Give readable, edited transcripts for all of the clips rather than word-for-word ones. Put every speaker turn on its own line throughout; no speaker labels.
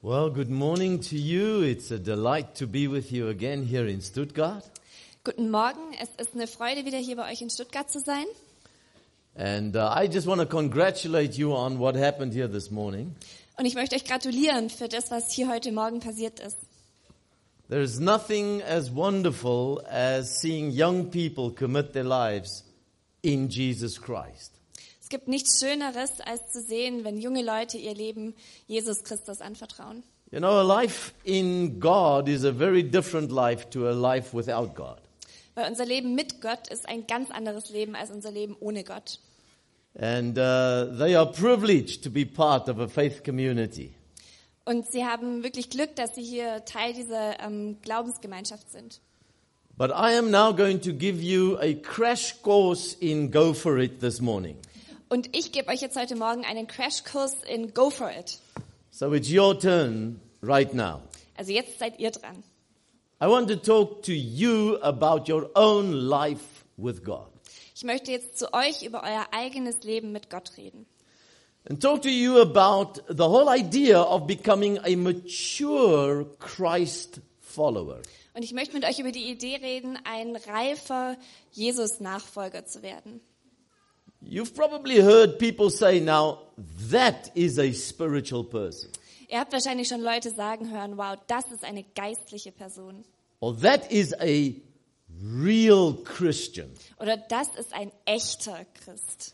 Well, good morning to you. It's a delight to be with you again here in Stuttgart.
Guten Morgen, es ist eine Freude, wieder hier bei euch in Stuttgart zu sein.
And I just want to congratulate you on what happened here this morning.
Und ich möchte euch gratulieren für das, was hier heute Morgen passiert ist.
There is nothing as wonderful as seeing young people commit their lives in Jesus Christ.
Es gibt nichts Schöneres, als zu sehen, wenn junge Leute ihr Leben Jesus Christus anvertrauen.
You know, a life in God is a very different life to a life without God.
Weil unser Leben mit Gott ist ein ganz anderes Leben als unser Leben ohne Gott.
And they are privileged to be part of a faith community.
Und sie haben wirklich Glück, dass sie hier Teil dieser Glaubensgemeinschaft sind.
But I am now going to give you a crash course in Go For It this morning.
Und ich gebe euch jetzt heute Morgen einen Crashkurs in Go For It.
So it's your turn right now.
Also jetzt seid ihr dran.
I want to talk to you about your own life with God.
Ich möchte jetzt zu euch über euer eigenes Leben mit Gott reden.
And talk to you about the whole idea of becoming a mature Christ follower.
Und ich möchte mit euch über die Idee reden, ein reifer Jesus-Nachfolger zu werden.
You've probably heard people say, now, that is a spiritual person.
Ihr habt wahrscheinlich schon Leute sagen hören, wow, das ist eine geistliche Person.
Or that is a real Christian.
Oder das ist ein echter Christ.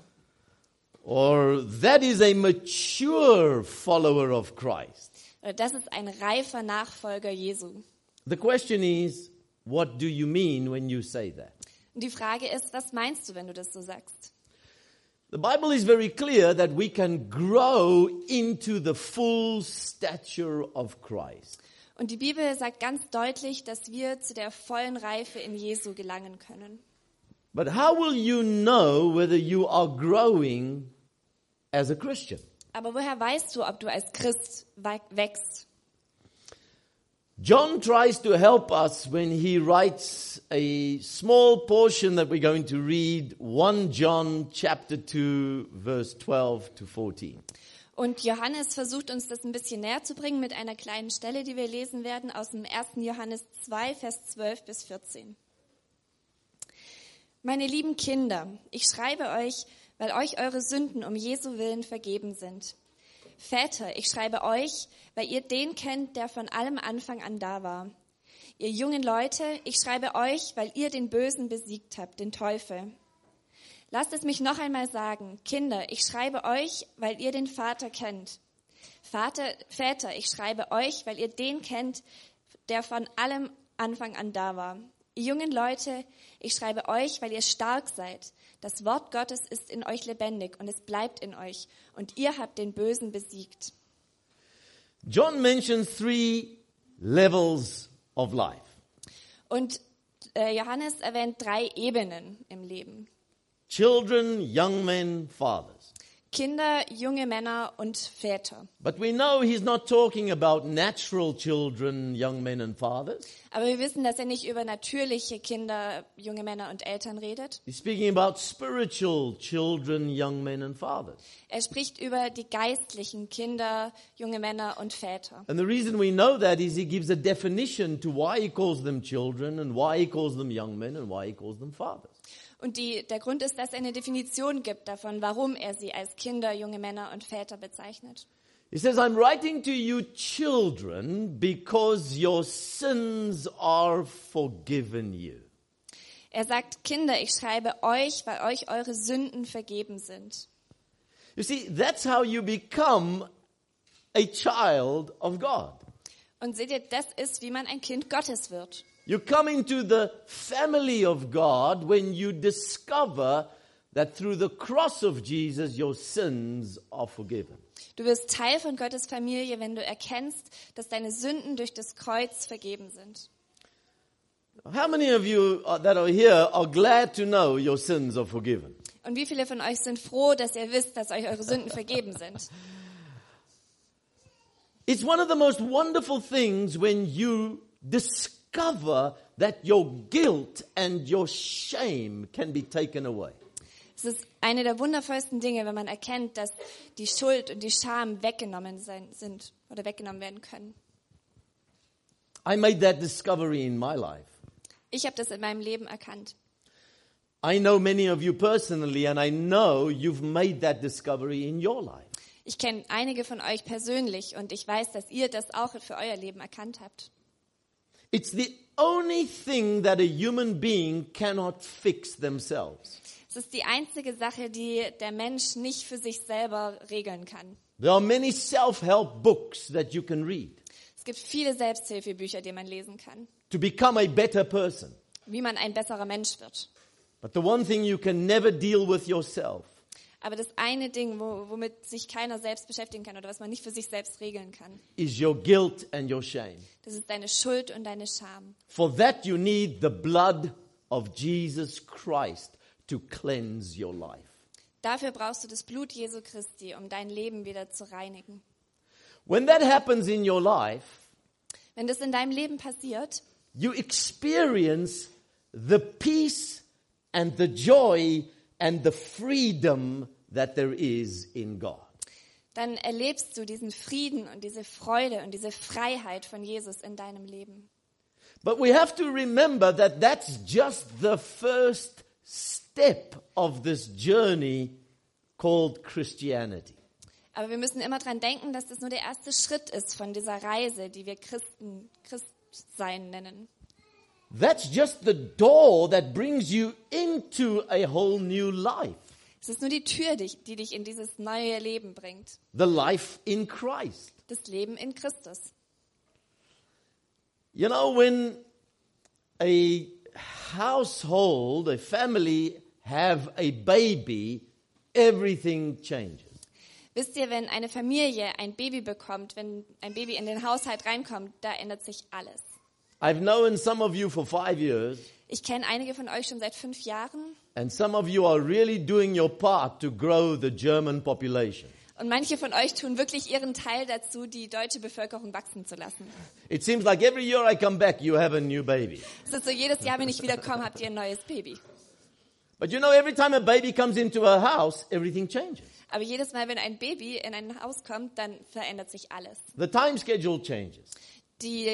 Or that is a mature follower of Christ.
Oder das ist ein reifer Nachfolger Jesu.
The question is, what do you mean when you say that?
Und die Frage ist, was meinst du, wenn du das so sagst?
The Bible is very clear that we can grow into the full stature of Christ.
Und die Bibel sagt ganz deutlich, dass wir zu der vollen Reife in Jesu gelangen können.
But how will you know whether you are growing as a Christian?
Aber woher weißt du, ob du als Christ wächst?
John tries to help us when he writes a small portion that we're going to read, 1 John chapter 2, verse 12 to 14.
Und Johannes versucht uns das ein bisschen näher zu bringen mit einer kleinen Stelle, die wir lesen werden, aus dem 1. Johannes 2, Vers 12 bis 14. Meine lieben Kinder, ich schreibe euch, weil euch eure Sünden um Jesu Willen vergeben sind. Väter, ich schreibe euch, weil ihr den kennt, der von allem Anfang an da war. Ihr jungen Leute, ich schreibe euch, weil ihr den Bösen besiegt habt, den Teufel. Lasst es mich noch einmal sagen, Kinder, ich schreibe euch, weil ihr den Vater kennt. Väter, ich schreibe euch, weil ihr den kennt, der von allem Anfang an da war. Ihr jungen Leute, ich schreibe euch, weil ihr stark seid. Das Wort Gottes ist in euch lebendig und es bleibt in euch. Und ihr habt den Bösen besiegt.
John mentions 3 levels of life.
Und Johannes erwähnt 3 Ebenen im Leben.
Children, young men, fathers.
Kinder, junge Männer und Väter.
But we know he's not talking about natural children, young men and fathers.
Aber wir wissen, dass er nicht über natürliche Kinder, junge Männer und Eltern redet.
He's speaking about spiritual children, young men and fathers.
Er spricht über die geistlichen Kinder, junge Männer und Väter.
And the reason we know that is he gives a definition to why he calls them children and why he calls them young men and why he calls them fathers.
Und der Grund ist, dass er eine Definition gibt davon, warum er sie als Kinder, junge Männer und Väter bezeichnet.
He says, I'm writing to you children because your sins are forgiven you.
Er sagt, Kinder, ich schreibe euch, weil euch eure Sünden vergeben sind.
You see, that's how you become a child of God.
Und seht ihr, das ist, wie man ein Kind Gottes wird.
You come into the family of God when you discover that through the cross of Jesus your sins are forgiven.
Du wirst Teil von Gottes Familie, wenn du erkennst, dass deine Sünden durch das Kreuz vergeben sind.
How many of you that are here are glad to know your sins are forgiven?
Und wie viele von euch sind froh, dass ihr wisst, dass euch eure Sünden vergeben sind?
It's one of the most wonderful things when you discover that your guilt and your shame can be taken away.
Es Es ist eine der wundervollsten Dinge, wenn man erkennt, dass die Schuld und die Scham weggenommen sind oder weggenommen werden können.
I made that discovery in my life.
Ich habe das in meinem Leben erkannt.
I know many of you personally, and I know you've made that discovery in your life.
Ich kenne einige von euch persönlich und ich weiß, dass ihr das auch für euer Leben erkannt habt.
It's the only thing that a human being cannot fix themselves.
Es ist die einzige Sache, die der Mensch nicht für sich selber regeln kann.
There are many self-help books that you can read
Es gibt viele Selbsthilfebücher, die man lesen kann,
to become a better person.
wie man ein besserer Mensch wird.
But the one thing you can never deal with yourself
Aber das eine Ding, womit sich keiner selbst beschäftigen kann oder was man nicht für sich selbst regeln kann,
is your guilt and your shame.
das ist deine Schuld und deine Scham.
For that you need the blood of Jesus Christ to cleanse your life.
Dafür brauchst du das Blut Jesu Christi, um dein Leben wieder zu reinigen.
When that happens in your life,
Wenn das in deinem Leben passiert,
you experience the peace and the joy and the freedom that there is in God.
dann erlebst du diesen Frieden und diese Freude und diese Freiheit von Jesus in deinem Leben.
But we have to remember that that's just the first step of this journey called Christianity.
Aber wir müssen immer dran denken, dass das nur der erste Schritt ist von dieser Reise, die wir Christsein nennen.
That's just the door that brings you into a whole new life.
Es ist nur die Tür, die dich in dieses neue Leben bringt.
The life in Christ.
Das Leben in Christus.
You know, when a household, a family have a baby, everything changes.
Wisst ihr, wenn eine Familie ein Baby bekommt, wenn ein Baby in den Haushalt reinkommt, da ändert sich alles.
I've known some of you for 5 years,
Ich kenne einige von euch schon seit 5 Jahren
and some of you are really doing your part to grow the German population.
und manche von euch tun wirklich ihren Teil dazu, die deutsche Bevölkerung wachsen zu lassen.
It seems like every year I come back, you have a new baby.
Es ist so, jedes Jahr, wenn ich wiederkomme, habt ihr ein neues Baby.
But you know, every time a baby comes into a house, everything changes.
Aber jedes Mal, wenn ein Baby in ein Haus kommt, dann verändert sich alles.
The time schedule changes.
Die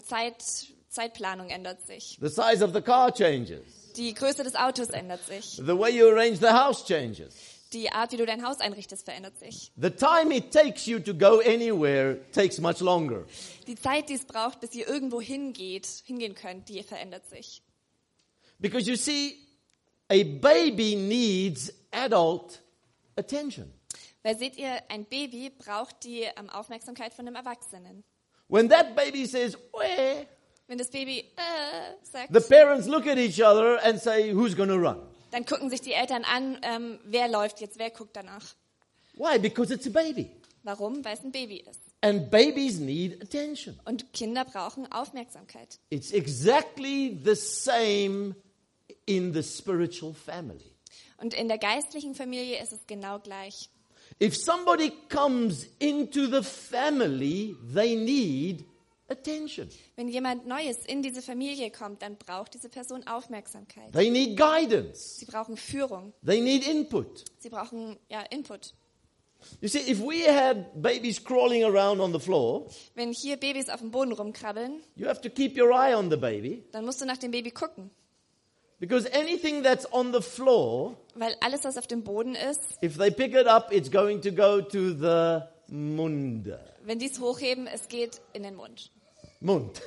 Zeitplanung ändert sich.
The size of the car changes.
Die Größe des Autos ändert sich.
The way you arrange the house changes.
Die Art, wie du dein Haus einrichtest, verändert sich.
The time it takes you to go anywhere takes much longer.
Die Zeit, die es braucht, bis ihr irgendwo hingehen könnt, die verändert sich.
Because you see, a baby needs adult attention.
Weil seht ihr, ein Baby braucht die Aufmerksamkeit von einem Erwachsenen.
When that baby says, "Weh,"
Wenn das Baby sagt,
the parents look at each other and say, "Who's going to run?"
dann gucken sich die Eltern an, wer läuft jetzt, wer guckt danach.
Why? Because it's a baby.
Warum? Weil es ein Baby ist.
And babies need attention.
Und Kinder brauchen Aufmerksamkeit.
It's exactly the same in the spiritual family.
Und in der geistlichen Familie ist es genau gleich.
If somebody comes into the family, they need attention.
Wenn jemand Neues in diese Familie kommt, dann braucht diese Person Aufmerksamkeit.
They need guidance.
Sie brauchen Führung.
They need input.
Sie brauchen Input.
You see, if we had babies crawling around on the floor,
Wenn hier Babys auf dem Boden rumkrabbeln,
you have to keep your eye on the baby,
dann musst du nach dem Baby gucken.
because anything that's on the floor,
Weil alles, was auf dem Boden ist,
if they pick it up, it's going to go to the Mund.
wenn die es hochheben, es geht in den Mund.
Mund.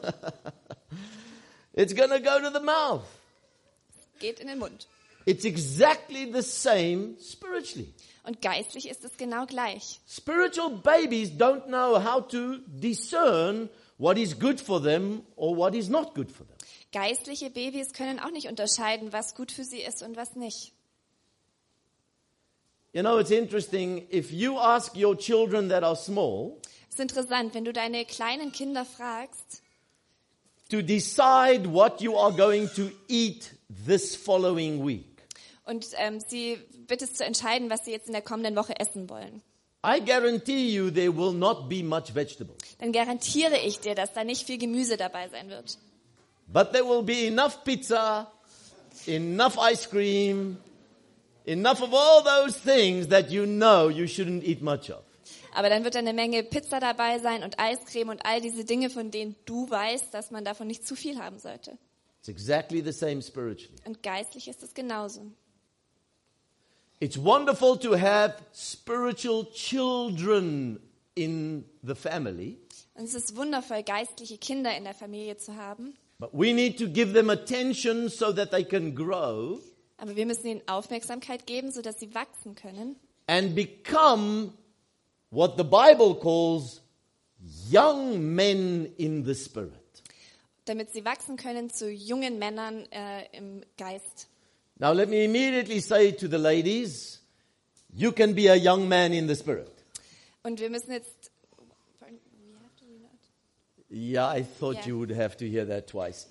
It's going to go to the mouth.
Geht in den Mund.
It's exactly the same spiritually.
Und geistlich ist es genau gleich.
Spiritual babies don't know how to discern what is good for them or what is not good for them.
Geistliche Babys können auch nicht unterscheiden, was gut für sie ist und was nicht.
You know, it's interesting, if you ask your children that are small
Es ist interessant, wenn du deine kleinen Kinder fragst,
to decide what you are going to eat this following week,
und sie bittest zu entscheiden, was sie jetzt in der kommenden Woche essen wollen,
I guarantee you there will not be much vegetable.
dann garantiere ich dir, dass da nicht viel Gemüse dabei sein wird.
But there will be enough pizza, enough ice cream, Enough of all those things that you know you shouldn't eat much of.
Aber dann wird da eine Menge Pizza dabei sein und Eiscreme und all diese Dinge, von denen du weißt, dass man davon nicht zu viel haben sollte.
It's exactly the same spiritually.
Und geistlich ist es genauso.
It's wonderful to have spiritual children in the family,
Und es ist wundervoll, geistliche Kinder in der Familie zu haben.
but we need to give them attention so that they can grow
Aber wir müssen ihnen Aufmerksamkeit geben, sodass sie wachsen können
and become what the Bible calls young men in the Spirit.
damit sie wachsen können zu jungen Männern im Geist.
Now let me immediately say to the ladies, you can be a young man in the Spirit.
Und wir müssen jetzt...
Yeah, I thought
Yeah.
you would have to hear that twice.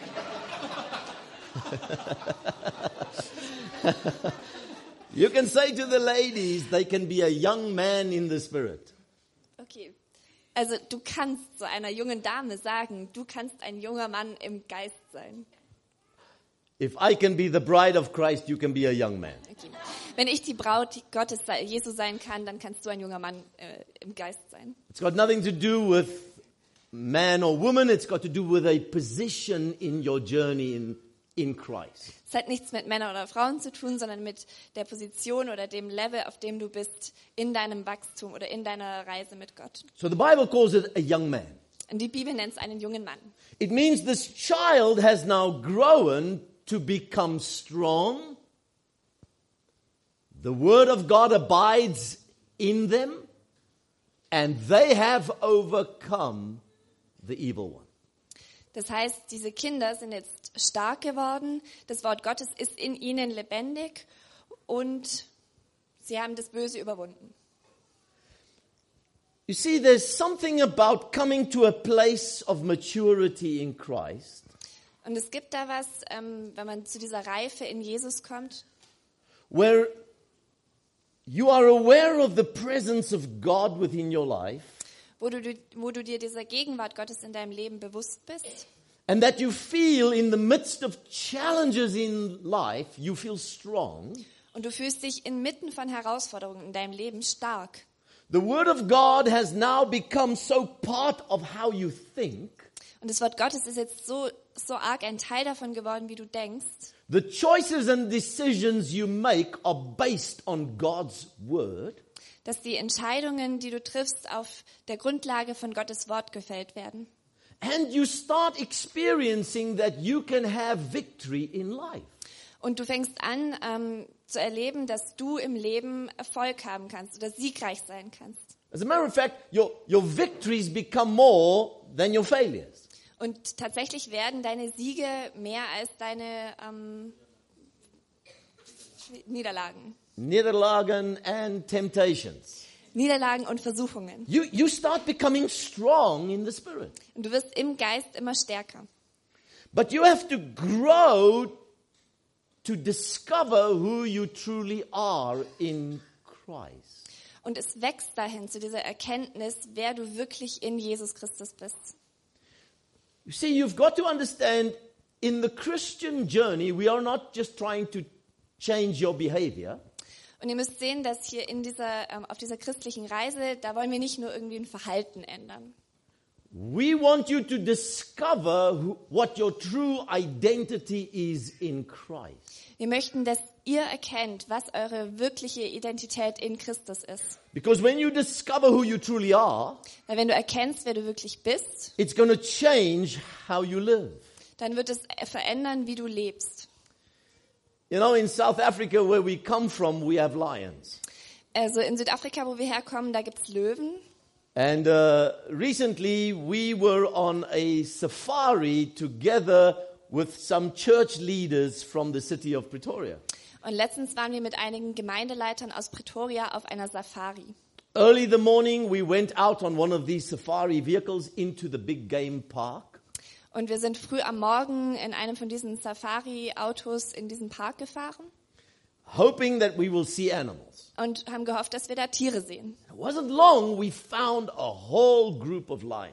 You can say to the ladies, they can be a young man in the Spirit.
Okay, also du kannst zu einer jungen Dame sagen, du kannst ein junger Mann im Geist sein.
If I can be the bride of Christ, you can be a young man.
Okay. Wenn ich die Braut Gottes Jesu sein kann, dann kannst du ein junger Mann im Geist sein.
It's got nothing to do with man or woman. It's got to do with a position in your journey in Christ.
Es hat nichts mit Männern oder Frauen zu tun, sondern mit der Position oder dem Level, auf dem du bist in deinem Wachstum oder in deiner Reise mit Gott.
So the Bible calls it a young man.
Und die Bibel nennt es einen jungen Mann.
It means this child has now grown to become strong. The word of God abides in them, and they have overcome the evil one.
Das heißt, diese Kinder sind jetzt stark geworden, das Wort Gottes ist in ihnen lebendig und sie haben das Böse überwunden.
You see, there's something about coming to a place of maturity in Christ
Und es gibt da was, wenn man zu dieser Reife in Jesus kommt,
where you are aware of the presence of God within your life,
wo du dir dieser Gegenwart Gottes in deinem Leben bewusst bist
and that you feel in the midst of challenges in life, you feel strong.
und du fühlst dich inmitten von Herausforderungen in deinem Leben stark.
The Word of God has now become so part of how you think.
Und das Wort Gottes ist jetzt so arg ein Teil davon geworden, wie du denkst.
The choices and decisions you make are based on God's Word.
Dass die Entscheidungen, die du triffst, auf der Grundlage von Gottes Wort gefällt werden.
And you start experiencing that you can have victory in life.
Und du fängst an zu erleben, dass du im Leben Erfolg haben kannst oder siegreich sein kannst.
As a matter of fact, your victories become more than your failures.
Und tatsächlich werden deine Siege mehr als deine Niederlagen.
Niederlagen and temptations.
Niederlagen und Versuchungen.
You start becoming strong in the Spirit.
Und du wirst im Geist immer stärker.
But you have to grow to discover who you truly are in Christ.
Und es wächst dahin zu dieser Erkenntnis, wer du wirklich in Jesus Christus bist.
You see, you've got to understand, in the Christian journey, we are not just trying to change your behavior.
Und ihr müsst sehen, dass hier auf dieser christlichen Reise, da wollen wir nicht nur irgendwie ein Verhalten ändern.
We want you to discover what your true identity is in Christ.
Wir möchten, dass ihr erkennt, was eure wirkliche Identität in Christus ist.
Because when you discover who you truly are,
Weil wenn du erkennst, wer du wirklich bist,
it's going to change how you live.
dann wird es verändern, wie du lebst.
You know, in South Africa, where we come from, we have lions.
Also in Südafrika, wo wir herkommen, da gibt's Löwen.
And recently, we were on a safari together with some church leaders from the city of Pretoria.
Und letztens waren wir mit einigen Gemeindeleitern aus Pretoria auf einer Safari.
Early the morning, we went out on one of these safari vehicles into the big game park.
Und wir sind früh am Morgen in einem von diesen Safari-Autos in diesen Park gefahren
hoping that we will see animals.
und haben gehofft, dass wir da Tiere sehen.
It wasn't long, we found a whole group of lions.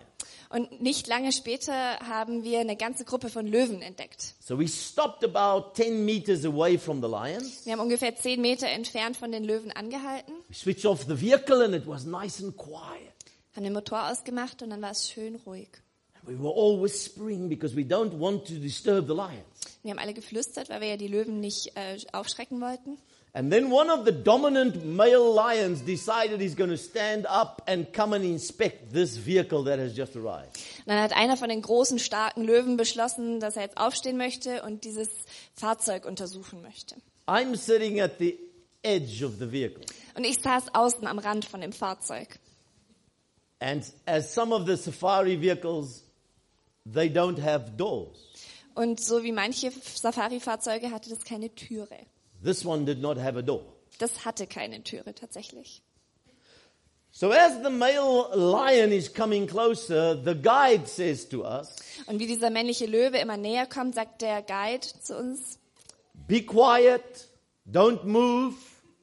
Und nicht lange später haben wir eine ganze Gruppe von Löwen entdeckt.
So we stopped about 10 meters away from the lions.
Wir haben ungefähr 10 Meter entfernt von den Löwen angehalten,
We switched off the vehicle and it was nice and quiet.
haben den Motor ausgemacht und dann war es schön ruhig.
We were all whispering because we don't want to disturb the lions.
Wir haben alle geflüstert, weil wir ja die Löwen nicht aufschrecken wollten.
And then one of the dominant male lions decided he's going to stand up and come and inspect this vehicle that has just arrived.
Und dann hat einer von den großen, starken Löwen beschlossen, dass er jetzt aufstehen möchte und dieses Fahrzeug untersuchen möchte.
I'm sitting at the edge of the vehicle.
Und ich saß außen am Rand von dem Fahrzeug.
And as some of the safari vehicles, they don't have doors.
Und so wie manche Safari-Fahrzeuge hatte das keine Türe.
This one did not have a door.
Das hatte keine Türe tatsächlich.
So as the male lion is coming closer, the guide says to us,
Und wie dieser männliche Löwe immer näher kommt, sagt der Guide zu uns,
be quiet, don't move,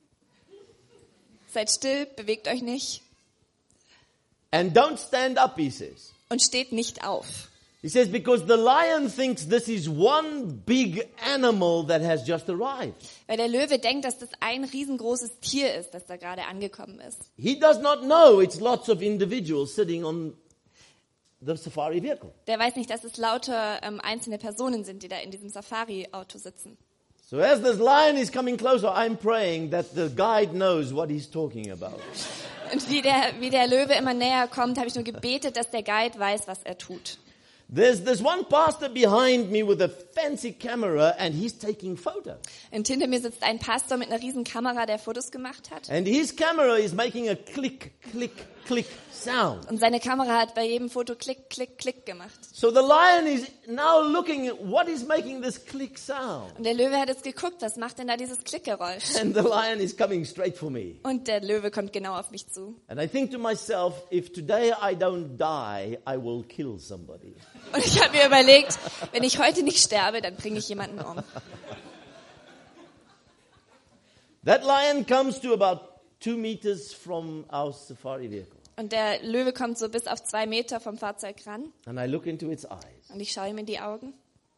seid still, bewegt euch nicht
and don't stand up, he says.
und steht nicht auf.
He says, because the lion thinks this is one big animal that has just arrived.
Weil der Löwe denkt, dass das ein riesengroßes Tier ist, das da gerade angekommen ist.
He does not know it's lots of individuals sitting on the safari vehicle.
Der weiß nicht, dass es lauter einzelne Personen sind, die da in diesem Safari-Auto sitzen.
So as this lion is coming closer, I'm praying that the guide knows what he's talking about.
Und wie der Löwe immer näher kommt, habe ich nur gebetet, dass der Guide weiß, was er tut.
There's one pastor behind me with a fancy camera and he's taking photos.
Und hinter mir sitzt ein Pastor mit einer riesen Kamera, der Fotos gemacht hat.
And his camera is making a click, click, click sound.
Und seine Kamera hat bei jedem Foto Klick, Klick, Klick gemacht.
So the lion is now looking at what is making this click sound.
Und der Löwe hat jetzt geguckt, was macht denn da dieses Klickgeräusch?
And the lion is coming straight for me.
Und der Löwe kommt genau auf mich zu.
And I think to myself, if today I don't die, I will kill somebody.
Und ich habe mir überlegt, wenn ich heute nicht sterbe, dann bringe ich jemanden um.
That lion comes to about 2 meters from our safari vehicle.
Und der Löwe kommt so bis auf 2 Meter vom Fahrzeug ran.
And I look into its eyes.
Und ich schaue ihm in die Augen.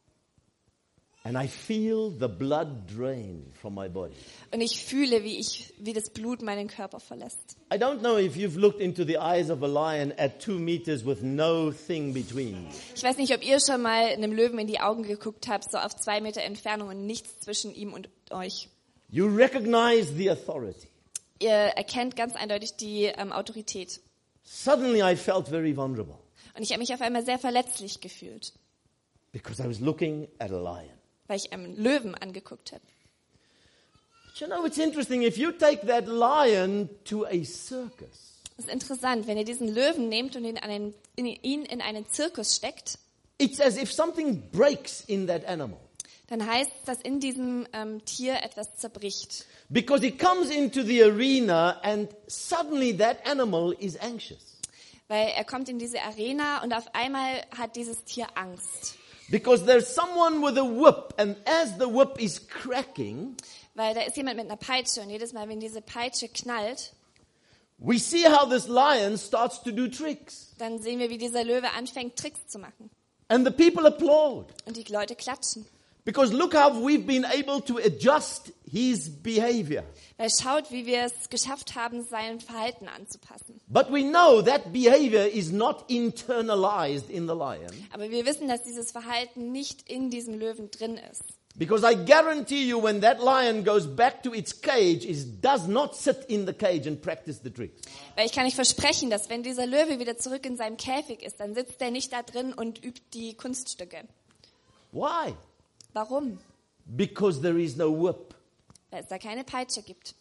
And I feel the blood drain from my body.
Und ich fühle, wie das Blut meinen Körper verlässt.
I don't know if you've looked into the eyes of a lion at 2 meters with no thing between.
Ich weiß nicht, ob ihr schon mal einem Löwen in die Augen geguckt habt, so auf 2 Meter Entfernung und nichts zwischen ihm und euch.
You recognize the authority.
Ihr erkennt ganz eindeutig die Autorität.
Suddenly I felt very vulnerable
Und ich habe mich auf einmal sehr verletzlich gefühlt,
because I was looking at a lion.
weil ich einen Löwen angeguckt habe.
But you know, it's interesting. If you take that lion to a circus,
Es ist interessant, wenn ihr diesen Löwen nehmt und ihn in einen Zirkus steckt,
it's as if something breaks in that animal.
dann heißt es, dass in diesem Tier etwas zerbricht.
Because it comes into the arena and suddenly that animal is anxious.
Weil er kommt in diese Arena und auf einmal hat dieses Tier Angst.
Because there's someone with a whip, and as the whip is cracking,
Weil da ist jemand mit einer Peitsche und jedes Mal, wenn diese Peitsche knallt,
we see how this lion starts to do tricks.
dann sehen wir, wie dieser Löwe anfängt, Tricks zu machen.
And the people applaud.
Und die Leute klatschen.
Because look how we've been able to adjust his behavior.
Weil schaut, wie wir es geschafft haben, sein Verhalten anzupassen.
But we know that behavior is not internalized in the lion.
Aber wir wissen, dass dieses Verhalten nicht in diesem Löwen drin ist.
Because I guarantee you when that lion goes back to its cage, it does not sit in the cage and practice the tricks.
Weil ich kann euch versprechen, dass wenn dieser Löwe wieder zurück in seinem Käfig ist, dann sitzt er nicht da drin und übt die Kunststücke.
Why?
Warum?
Because there is no whip.
Weil es da keine Peitsche gibt.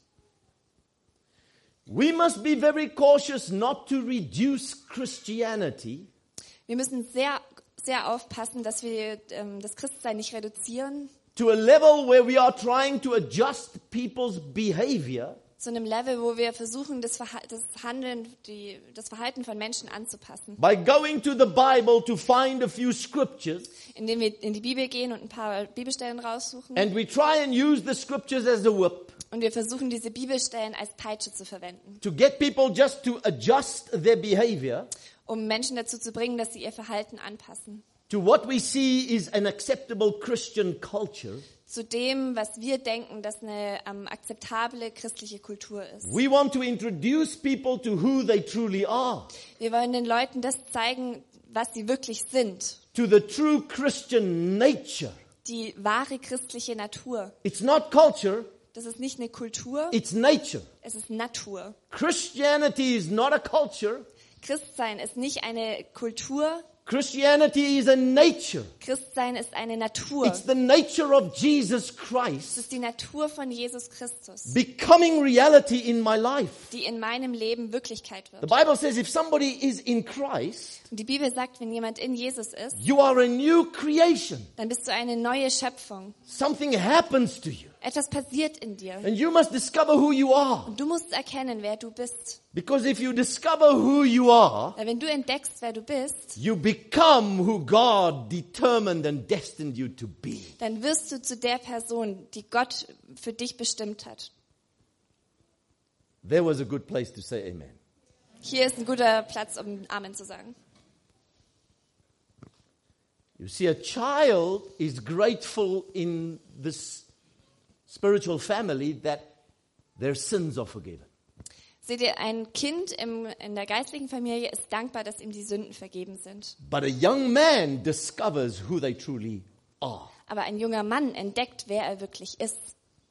We must be very cautious not to reduce Christianity
Wir müssen sehr, sehr aufpassen, dass wir das Christsein nicht reduzieren
to a level where we are trying to adjust people's behavior
zu einem Level, wo wir versuchen, das Verhalten von Menschen anzupassen.
by going to the Bible to find a few scriptures,
Indem wir in die Bibel gehen und ein paar Bibelstellen raussuchen.
and we try and use the scriptures as a whip
Und wir versuchen, diese Bibelstellen als Peitsche zu verwenden.
to get people just to adjust their behavior,
um Menschen dazu zu bringen, dass sie ihr Verhalten anpassen.
to what we see is an acceptable Christian culture.
Zu dem, was wir denken, dass eine akzeptable christliche Kultur ist.
We want to introduce people to who they truly are,
Wir wollen den Leuten das zeigen, was sie wirklich sind.
to the true Christian nature.
Die wahre christliche Natur.
It's not culture,
Das ist nicht eine Kultur,
it's nature.
es ist Natur.
Christianity is not a culture.
Christsein ist nicht eine Kultur,
Christianity is a nature.
Christsein ist eine Natur.
It's the nature of Jesus
Es
Christ
ist die Natur von Jesus Christus,
becoming reality in my life.
die in meinem Leben Wirklichkeit
The
wird.
Bible says if somebody is in Christ,
Und die Bibel sagt, wenn jemand in Jesus ist,
you are a new creation.
dann bist du eine neue Schöpfung.
Something happens to you.
Etwas passiert in dir.
And you must discover who you are.
Und du musst erkennen, wer du bist.
Because if you discover who you are,
Weil wenn du entdeckst, wer du bist,
you become who God determined and destined you to be.
dann wirst du zu der Person, die Gott für dich bestimmt hat.
There was a good place to say amen.
Hier ist ein guter Platz, um Amen zu sagen.
You see, a child is grateful in this spiritual family that their sins are forgiven.
Seht ihr, ein Kind in der geistlichen Familie ist dankbar, dass ihm die Sünden vergeben sind.
But a young man discovers who they truly are.
Aber ein junger Mann entdeckt, wer er wirklich ist.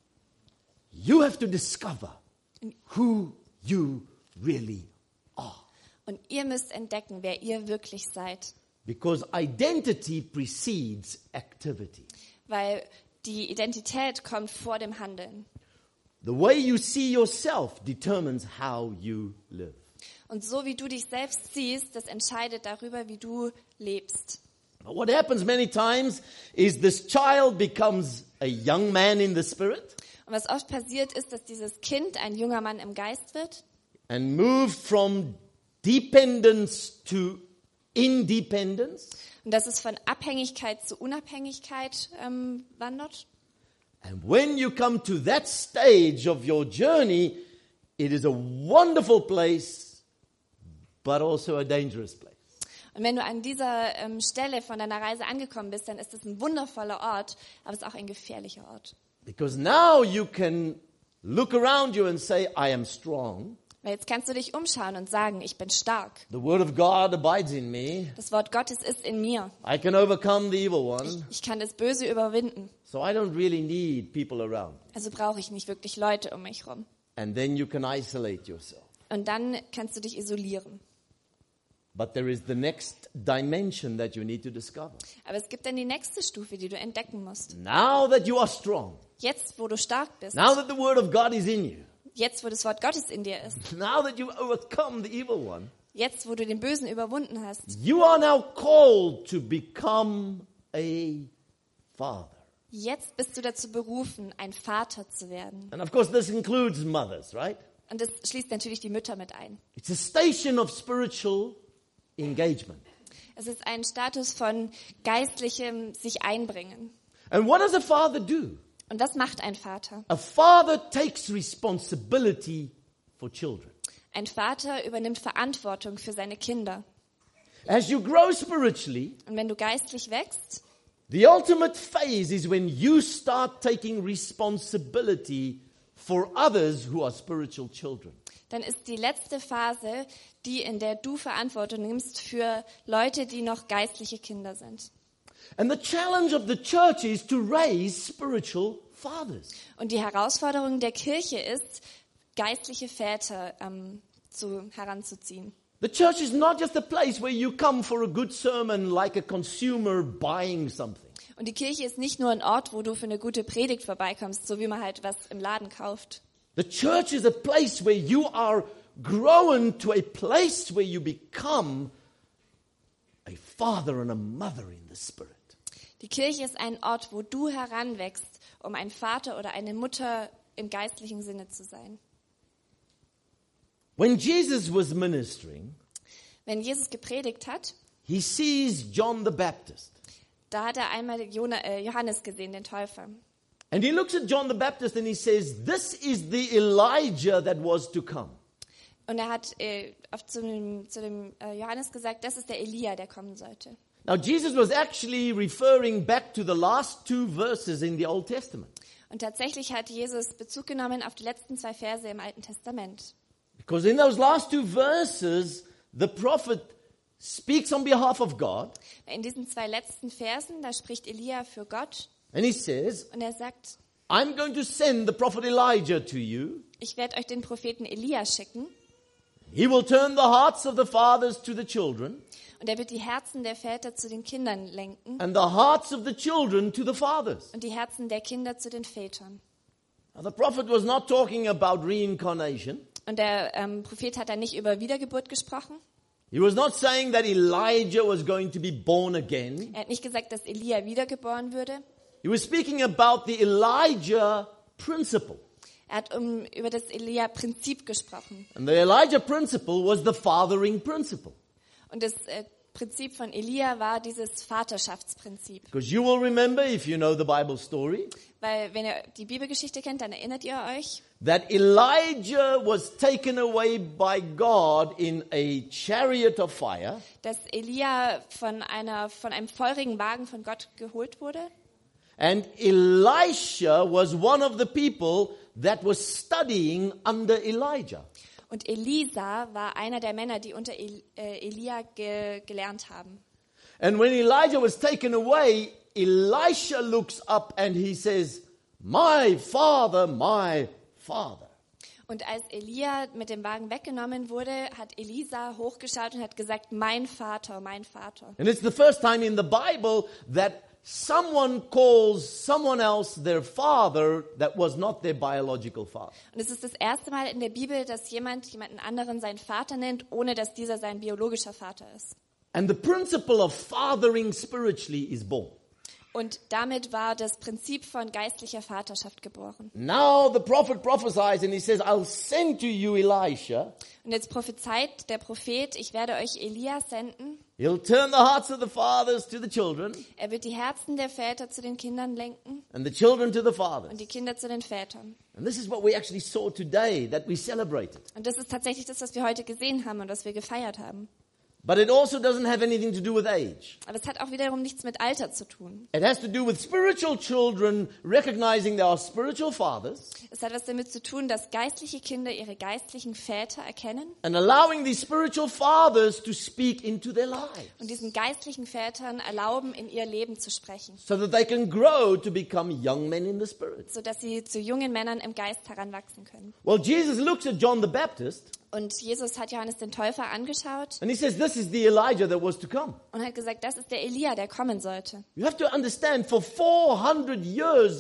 You have to discover who you really are.
Und ihr müsst entdecken, wer ihr wirklich seid.
Because identity precedes activity.
Weil die Identität kommt vor dem Handeln.
The way you see yourself determines how you live.
Und so wie du dich selbst siehst, das entscheidet darüber, wie du lebst.
What happens many times is this child becomes a young man in the spirit
Und was oft passiert ist, dass dieses Kind ein junger Mann im Geist wird
and moved from dependence to independence.
und dass es von Abhängigkeit zu Unabhängigkeit wandert.
And when you come to that stage of your journey, it is a wonderful place, but also a dangerous place.
Und wenn du an dieser Stelle von deiner Reise angekommen bist, dann ist es ein wundervoller Ort, aber es ist auch ein gefährlicher Ort.
Because now you can look around you and say, I am strong.
Weil jetzt kannst du dich umschauen und sagen, ich bin stark.
The word of God abides in me.
Das Wort Gottes ist in mir.
I can overcome the evil one.
Ich kann das Böse überwinden.
So I don't really need people around.
Also brauche ich nicht wirklich Leute um mich herum.
And then you can isolate yourself.
Und dann kannst du dich isolieren.
But there is the next dimension that you need to discover.
Aber es gibt dann die nächste Stufe, die du entdecken musst.
Now that you are strong,
Jetzt, wo du stark bist.
now that the word of God is in you,
Jetzt, wo das Wort Gottes in dir ist.
now that you've overcome the evil one,
Jetzt, wo du den Bösen überwunden hast.
you are now called to become a father.
Jetzt bist du dazu berufen, ein Vater zu werden.
And of course, this includes mothers, right?
Und das schließt natürlich die Mütter mit ein.
It's a station of spiritual engagement.
Es ist ein Status von geistlichem sich einbringen.
And what does a father do?
Und was macht ein Vater?
A father takes responsibility for children.
Ein Vater übernimmt Verantwortung für seine Kinder.
As you grow spiritually,
Und wenn du geistlich wächst,
the ultimate phase is when you start taking responsibility for others who are spiritual children.
dann ist die letzte Phase die, in der du Verantwortung nimmst für Leute, die noch geistliche Kinder sind.
And the challenge of the church is to raise spiritual fathers.
Und die Herausforderung der Kirche ist, geistliche Väter heranzuziehen.
The church is not just a place where you come for a good sermon like a consumer buying something.
Und die Kirche ist nicht nur ein Ort, wo du für eine gute Predigt vorbeikommst, so wie man halt was im Laden kauft.
The church is a place where you are grown to a place where you become a father and a mother in the spirit.
Die Kirche ist ein Ort, wo du heranwächst, um ein Vater oder eine Mutter im geistlichen Sinne zu sein.
When Jesus was ministering,
Wenn Jesus gepredigt hat,
he sees John the Baptist.
da hat er einmal Johannes gesehen, den Täufer.
And he looks at John the Baptist and he says, this is the Elijah that was to come.
Und er hat zu dem Johannes gesagt, das ist der Elia, der kommen sollte.
Now, Jesus was actually referring back to the last two verses in the Old Testament.
Und tatsächlich hat Jesus Bezug genommen auf die letzten 2 Verse im Alten Testament.
Because in those last two verses, the prophet speaks on behalf of God.
In diesen 2 letzten Versen, da spricht Elia für Gott
And he says,
und er sagt,
I'm going to send the prophet Elijah to you.
ich werde euch den Propheten Elia schicken
He will turn the hearts of the fathers to the children,
und er wird die Herzen der Väter zu den Kindern lenken
and the hearts of the children to the fathers.
und die Herzen der Kinder zu den Vätern.
Now, the prophet was not talking about reincarnation.
Und der Prophet hat da nicht über Wiedergeburt gesprochen.
He was not saying that Elijah was going to be born again.
Er hat nicht gesagt, dass Elia wiedergeboren würde.
He was speaking about the Elijah principle.
Er hat über das Elia-Prinzip gesprochen.
And the Elijah principle was the fathering principle.
Und das Prinzip von Elia war dieses Vaterschaftsprinzip.
Because you will remember, if you know the Bible story,
Weil wenn ihr die Bibelgeschichte kennt, dann erinnert ihr euch,
that Elijah was taken away by God in a chariot of fire.
dass Elia von einem feurigen Wagen von Gott geholt wurde.
And Elisha was one of the people that was studying under Elijah.
Und Elisa war einer der Männer, die unter Elia gelernt haben.
And when Elijah was taken away, Elisha looks up and he says, my father, my father.
Und als Elia mit dem Wagen weggenommen wurde, hat Elisa hochgeschaut und hat gesagt, mein Vater, mein Vater.
And it's the first time in the Bible that someone calls someone else their father that was not their biological father.
Und es ist das erste Mal in der Bibel, dass jemanden anderen seinen Vater nennt, ohne dass dieser sein biologischer Vater ist.
And the principle of fathering spiritually is born.
Und damit war das Prinzip von geistlicher Vaterschaft geboren.
Now the prophet prophesies and he says, I'll send to you Elisha.
Und jetzt prophezeit der Prophet, ich werde euch Elia senden.
He'll turn the hearts of the fathers to the children
Er wird die Herzen der Väter zu den Kindern lenken
and the children to the
und
fathers.
die Kinder zu den Vätern.
And this is what we actually saw today that we celebrated.
Und das ist tatsächlich das, was wir heute gesehen haben und was wir gefeiert haben.
But it also doesn't have anything to do with age.
Aber es hat auch wiederum nichts mit Alter zu tun.
It has to do with spiritual children recognizing there are spiritual fathers
Es hat was damit zu tun, dass geistliche Kinder ihre geistlichen Väter erkennen
and allowing these spiritual fathers to speak into their lives
und diesen geistlichen Vätern erlauben, in ihr Leben zu sprechen,
so that they can grow to become young men in the spirit.
sodass sie zu jungen Männern im Geist heranwachsen können.
Well, Jesus looks at John the Baptist
Und Jesus hat Johannes den Täufer angeschaut
and he says, this is the Elijah that was to come.
und hat gesagt, das ist der Elia, der kommen sollte.
You have to understand, for 400 years,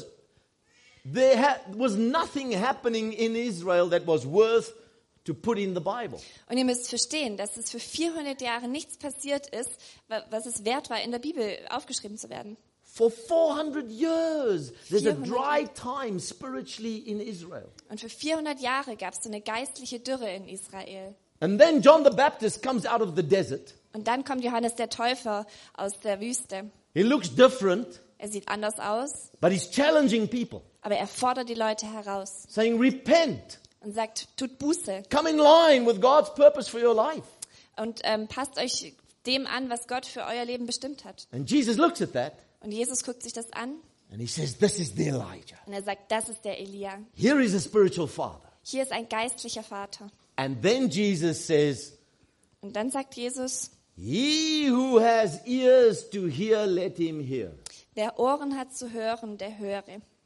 there was nothing happening in Israel that was worth to put in the Bible.
Und ihr müsst verstehen, dass es für 400 Jahre nichts passiert ist, was es wert war, in der Bibel aufgeschrieben zu werden.
For 400 years, there's a
400
dry time spiritually in Israel.
Und für 400 Jahre gab es so eine geistliche Dürre in Israel.
And then John the Baptist comes out of the desert.
Und dann kommt Johannes der Täufer aus der Wüste.
He looks different,
Er sieht anders aus,
but he's challenging people,
aber er fordert die Leute heraus
saying, repent,
und sagt, tut Buße
come in line with God's purpose for your life.
und passt euch dem an, was Gott für euer Leben bestimmt hat.
And Jesus looks at that
Und Jesus guckt sich das an
and he says, this is the Elijah.
und er sagt, das ist der Elia.
Here is a spiritual father.
Hier ist ein geistlicher Vater.
And then Jesus says,
Und dann sagt Jesus,
he who has ears to hear, let him hear.
wer Ohren hat zu hören, der höre.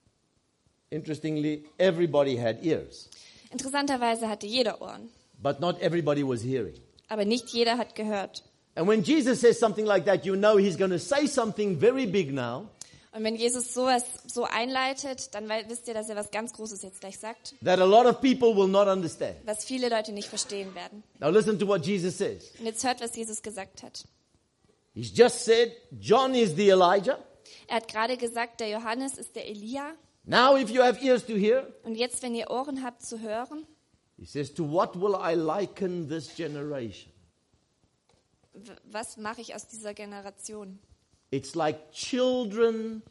Interestingly, everybody had ears,
Interessanterweise hatte jeder Ohren,
but not everybody was hearing.
aber nicht jeder hat gehört.
And when Jesus says something like that, you know he's going to say something very big now
Und wenn Jesus sowas so einleitet, dann wisst ihr, dass er was ganz Großes jetzt gleich sagt,
that a lot of people will not understand.
was viele Leute nicht verstehen werden.
Now listen to what Jesus says.
Und jetzt hört, was Jesus gesagt hat.
He's just said, John is the Elijah.
Er hat gerade gesagt, der Johannes ist der Elia.
Now if you have ears to hear,
Und jetzt, wenn ihr Ohren habt zu hören,
he says, to what will I liken this generation?
was mache ich aus dieser Generation?
It's like children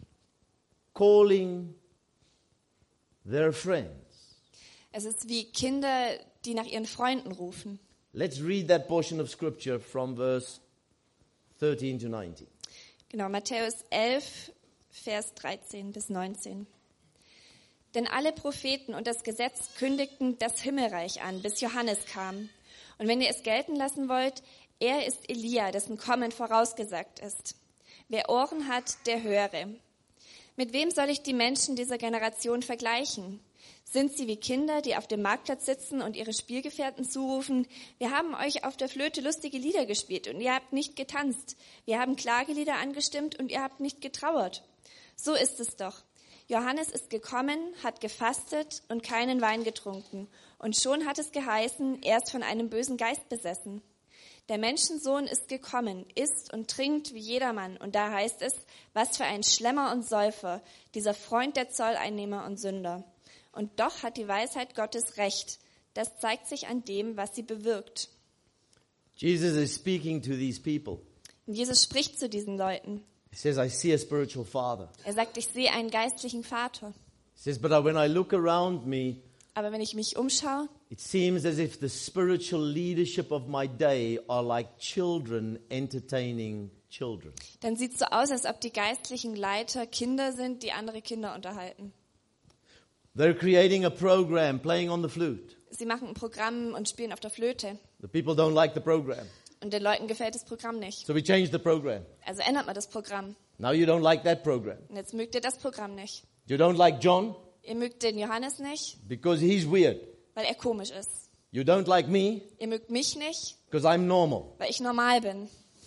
calling their friends.
Es ist wie Kinder, die nach ihren Freunden rufen.
Let's read that portion of scripture from verse 13 to 19.
Genau, Matthäus 11, Vers 13 bis 19. Denn alle Propheten und das Gesetz kündigten das Himmelreich an, bis Johannes kam. Und wenn ihr es gelten lassen wollt, er ist Elia, dessen Kommen vorausgesagt ist. Wer Ohren hat, der höre. Mit wem soll ich die Menschen dieser Generation vergleichen? Sind sie wie Kinder, die auf dem Marktplatz sitzen und ihre Spielgefährten zurufen, wir haben euch auf der Flöte lustige Lieder gespielt und ihr habt nicht getanzt. Wir haben Klagelieder angestimmt und ihr habt nicht getrauert. So ist es doch. Johannes ist gekommen, hat gefastet und keinen Wein getrunken. Und schon hat es geheißen, er ist von einem bösen Geist besessen. Der Menschensohn ist gekommen, isst und trinkt wie jedermann. Und da heißt es, was für ein Schlemmer und Säufer, dieser Freund der Zolleinnehmer und Sünder. Und doch hat die Weisheit Gottes Recht. Das zeigt sich an dem, was sie bewirkt.
Jesus is speaking to these people.
Und Jesus spricht zu diesen Leuten.
He says, I see a spiritual father.
Er sagt, ich sehe einen geistlichen Vater.
He says, but when I look around me,
Aber wenn ich mich umschaue,
it seems as if the spiritual leadership of my day are like children entertaining children.
dann sieht es so aus, als ob die geistlichen Leiter Kinder sind, die andere Kinder unterhalten.
They're creating a program, playing on the flute.
Sie machen ein Programm und spielen auf der Flöte.
The people don't like the program.
Und den Leuten gefällt das Programm nicht.
So we change the program.
Also ändert man das Programm.
Now you don't like that program.
Und jetzt mögt ihr das Programm nicht.
You don't like John
Ihr mögt den Johannes nicht,
because he's weird.
weil er komisch ist.
You don't like me
Ihr mögt mich nicht,
because I'm normal.
weil ich normal bin.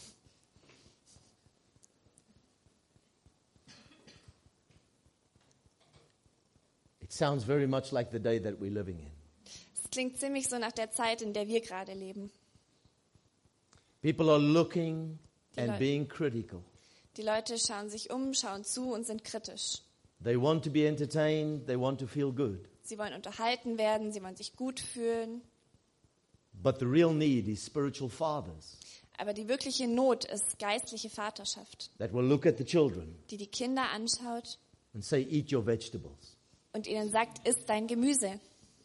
It sounds very much like the day that we're living in.
Es klingt ziemlich so nach der Zeit, in der wir gerade leben.
People are looking and
Leute-
being critical.
Die Leute schauen sich um, schauen zu und sind kritisch.
They want to be entertained. They want to feel good.
Sie wollen unterhalten werden, sie wollen sich gut fühlen.
But the real need is spiritual fathers
Aber die wirkliche Not ist geistliche Vaterschaft,
that will look at the children
die die Kinder anschaut
and say, eat your vegetables.
und ihnen sagt, iss dein Gemüse.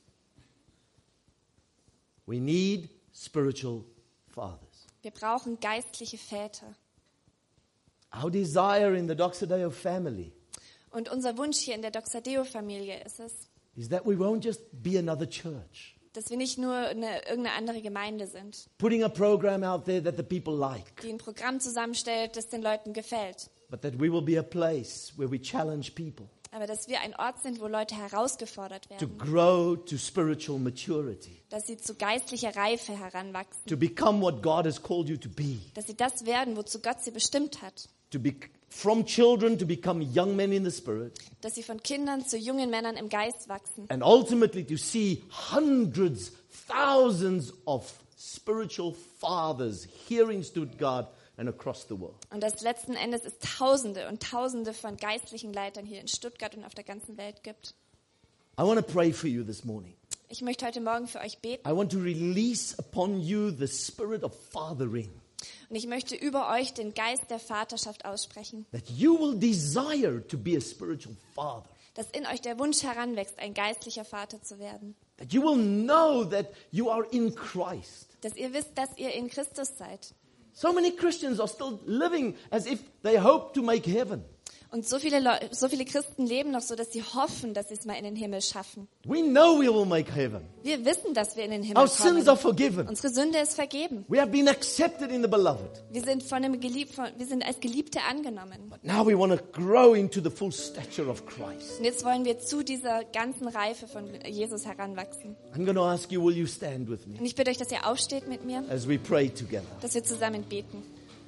We need spiritual fathers.
Wir brauchen geistliche Väter.
Our desire in the Doxodeo family
Und unser Wunsch hier in der Doxadeo-Familie ist es,
is that we won't just be another church,
dass wir nicht nur irgendeine andere Gemeinde sind,
putting a program out there that the people like,
die ein Programm zusammenstellt, das den Leuten gefällt.
but that we will be a place where we challenge people
Aber dass wir ein Ort sind, wo Leute herausgefordert
to
werden,
grow to spiritual maturity,
dass sie zu geistlicher Reife heranwachsen,
to become what God has called you to be,
dass sie das werden, wozu Gott sie bestimmt hat,
to be from children to become young men in the spirit,
dass sie von Kindern zu jungen Männern im Geist wachsen
and ultimately to see hundreds, thousands of spiritual fathers here in Stuttgart and across the world.
und dass letzten Endes es Tausende und Tausende von geistlichen Leitern hier in Stuttgart und auf der ganzen Welt gibt.
I want to pray for you this morning.
Ich möchte heute Morgen für euch beten
I want to release upon you the spirit of fathering,
und ich möchte über euch den Geist der Vaterschaft aussprechen,
that you will desire to be a spiritual father,
dass in euch der Wunsch heranwächst, ein geistlicher Vater zu werden,
that you will know that you are in Christ.
dass ihr wisst, dass ihr in Christus seid.
So many Christians are still living as if they hope to make heaven.
Und so viele Christen leben noch so, dass sie hoffen, dass sie es mal in den Himmel schaffen.
We know we will make heaven.
Wir wissen, dass wir in den Himmel
Our sins
kommen.
are forgiven.
Unsere Sünde ist vergeben.
We have been accepted in the beloved.
Wir sind wir sind als Geliebte angenommen.
But now we want to grow into the full stature of Christ.
Und jetzt wollen wir zu dieser ganzen Reife von Jesus heranwachsen.
I'm going to ask you, will you stand with me
Und ich bitte euch, dass ihr aufsteht mit mir,
as we pray together?
dass wir zusammen beten.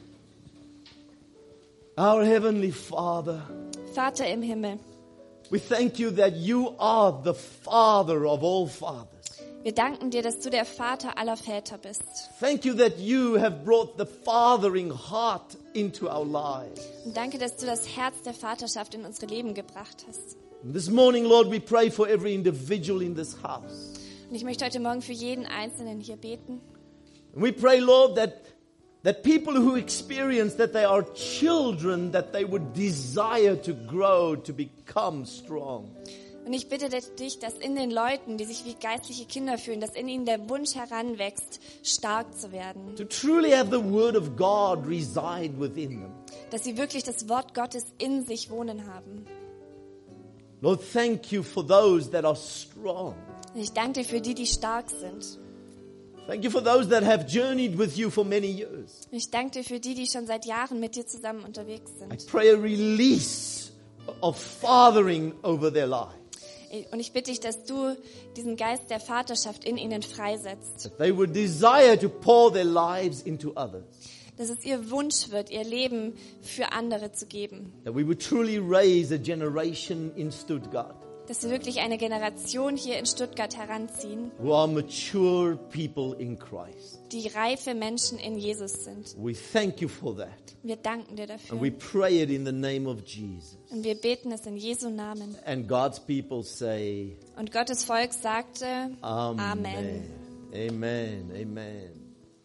Our Heavenly Father,
Vater im Himmel,
we thank you that you are the Father of all fathers.
wir danken dir, dass du der Vater aller Väter bist.
Thank you that you have brought the fathering heart into our lives.
Und danke, dass du das Herz der Vaterschaft in unsere Leben gebracht hast.
And this morning, Lord, we pray for every individual in this house.
Und ich möchte heute Morgen für jeden Einzelnen hier beten.
And we pray, Lord, that people who experience that they are children, that they would desire to grow, to become strong.
Und ich bitte dich, dass in den Leuten, die sich wie geistliche Kinder fühlen, dass in ihnen der Wunsch heranwächst, stark zu werden.
to truly have the Word of God reside within them.
Dass sie wirklich das Wort Gottes in sich wohnen haben.
Lord, thank you for those that are strong.
Und ich danke dir für die, die stark sind.
Thank you for those that have journeyed with you for many years.
Und ich danke dir für die, die schon seit Jahren mit dir zusammen unterwegs
I
sind.
pray a release of fathering over their lives.
Und ich bitte dich, dass du diesen Geist der Vaterschaft in ihnen freisetzt.
That they would desire to pour their lives into others.
Dass es ihr Wunsch wird, ihr Leben für andere zu geben.
That we would truly raise a generation in Stuttgart
Dass wir wirklich eine Generation hier in Stuttgart heranziehen,
who are mature people in Christ.
die reife Menschen in Jesus sind.
We thank you for that.
Wir danken dir
And we
dafür.
pray it in the name of Jesus.
Und wir beten es in Jesu Namen.
And God's people say,
Und Gottes Volk sagte,
Amen.
Amen.
Amen. Amen.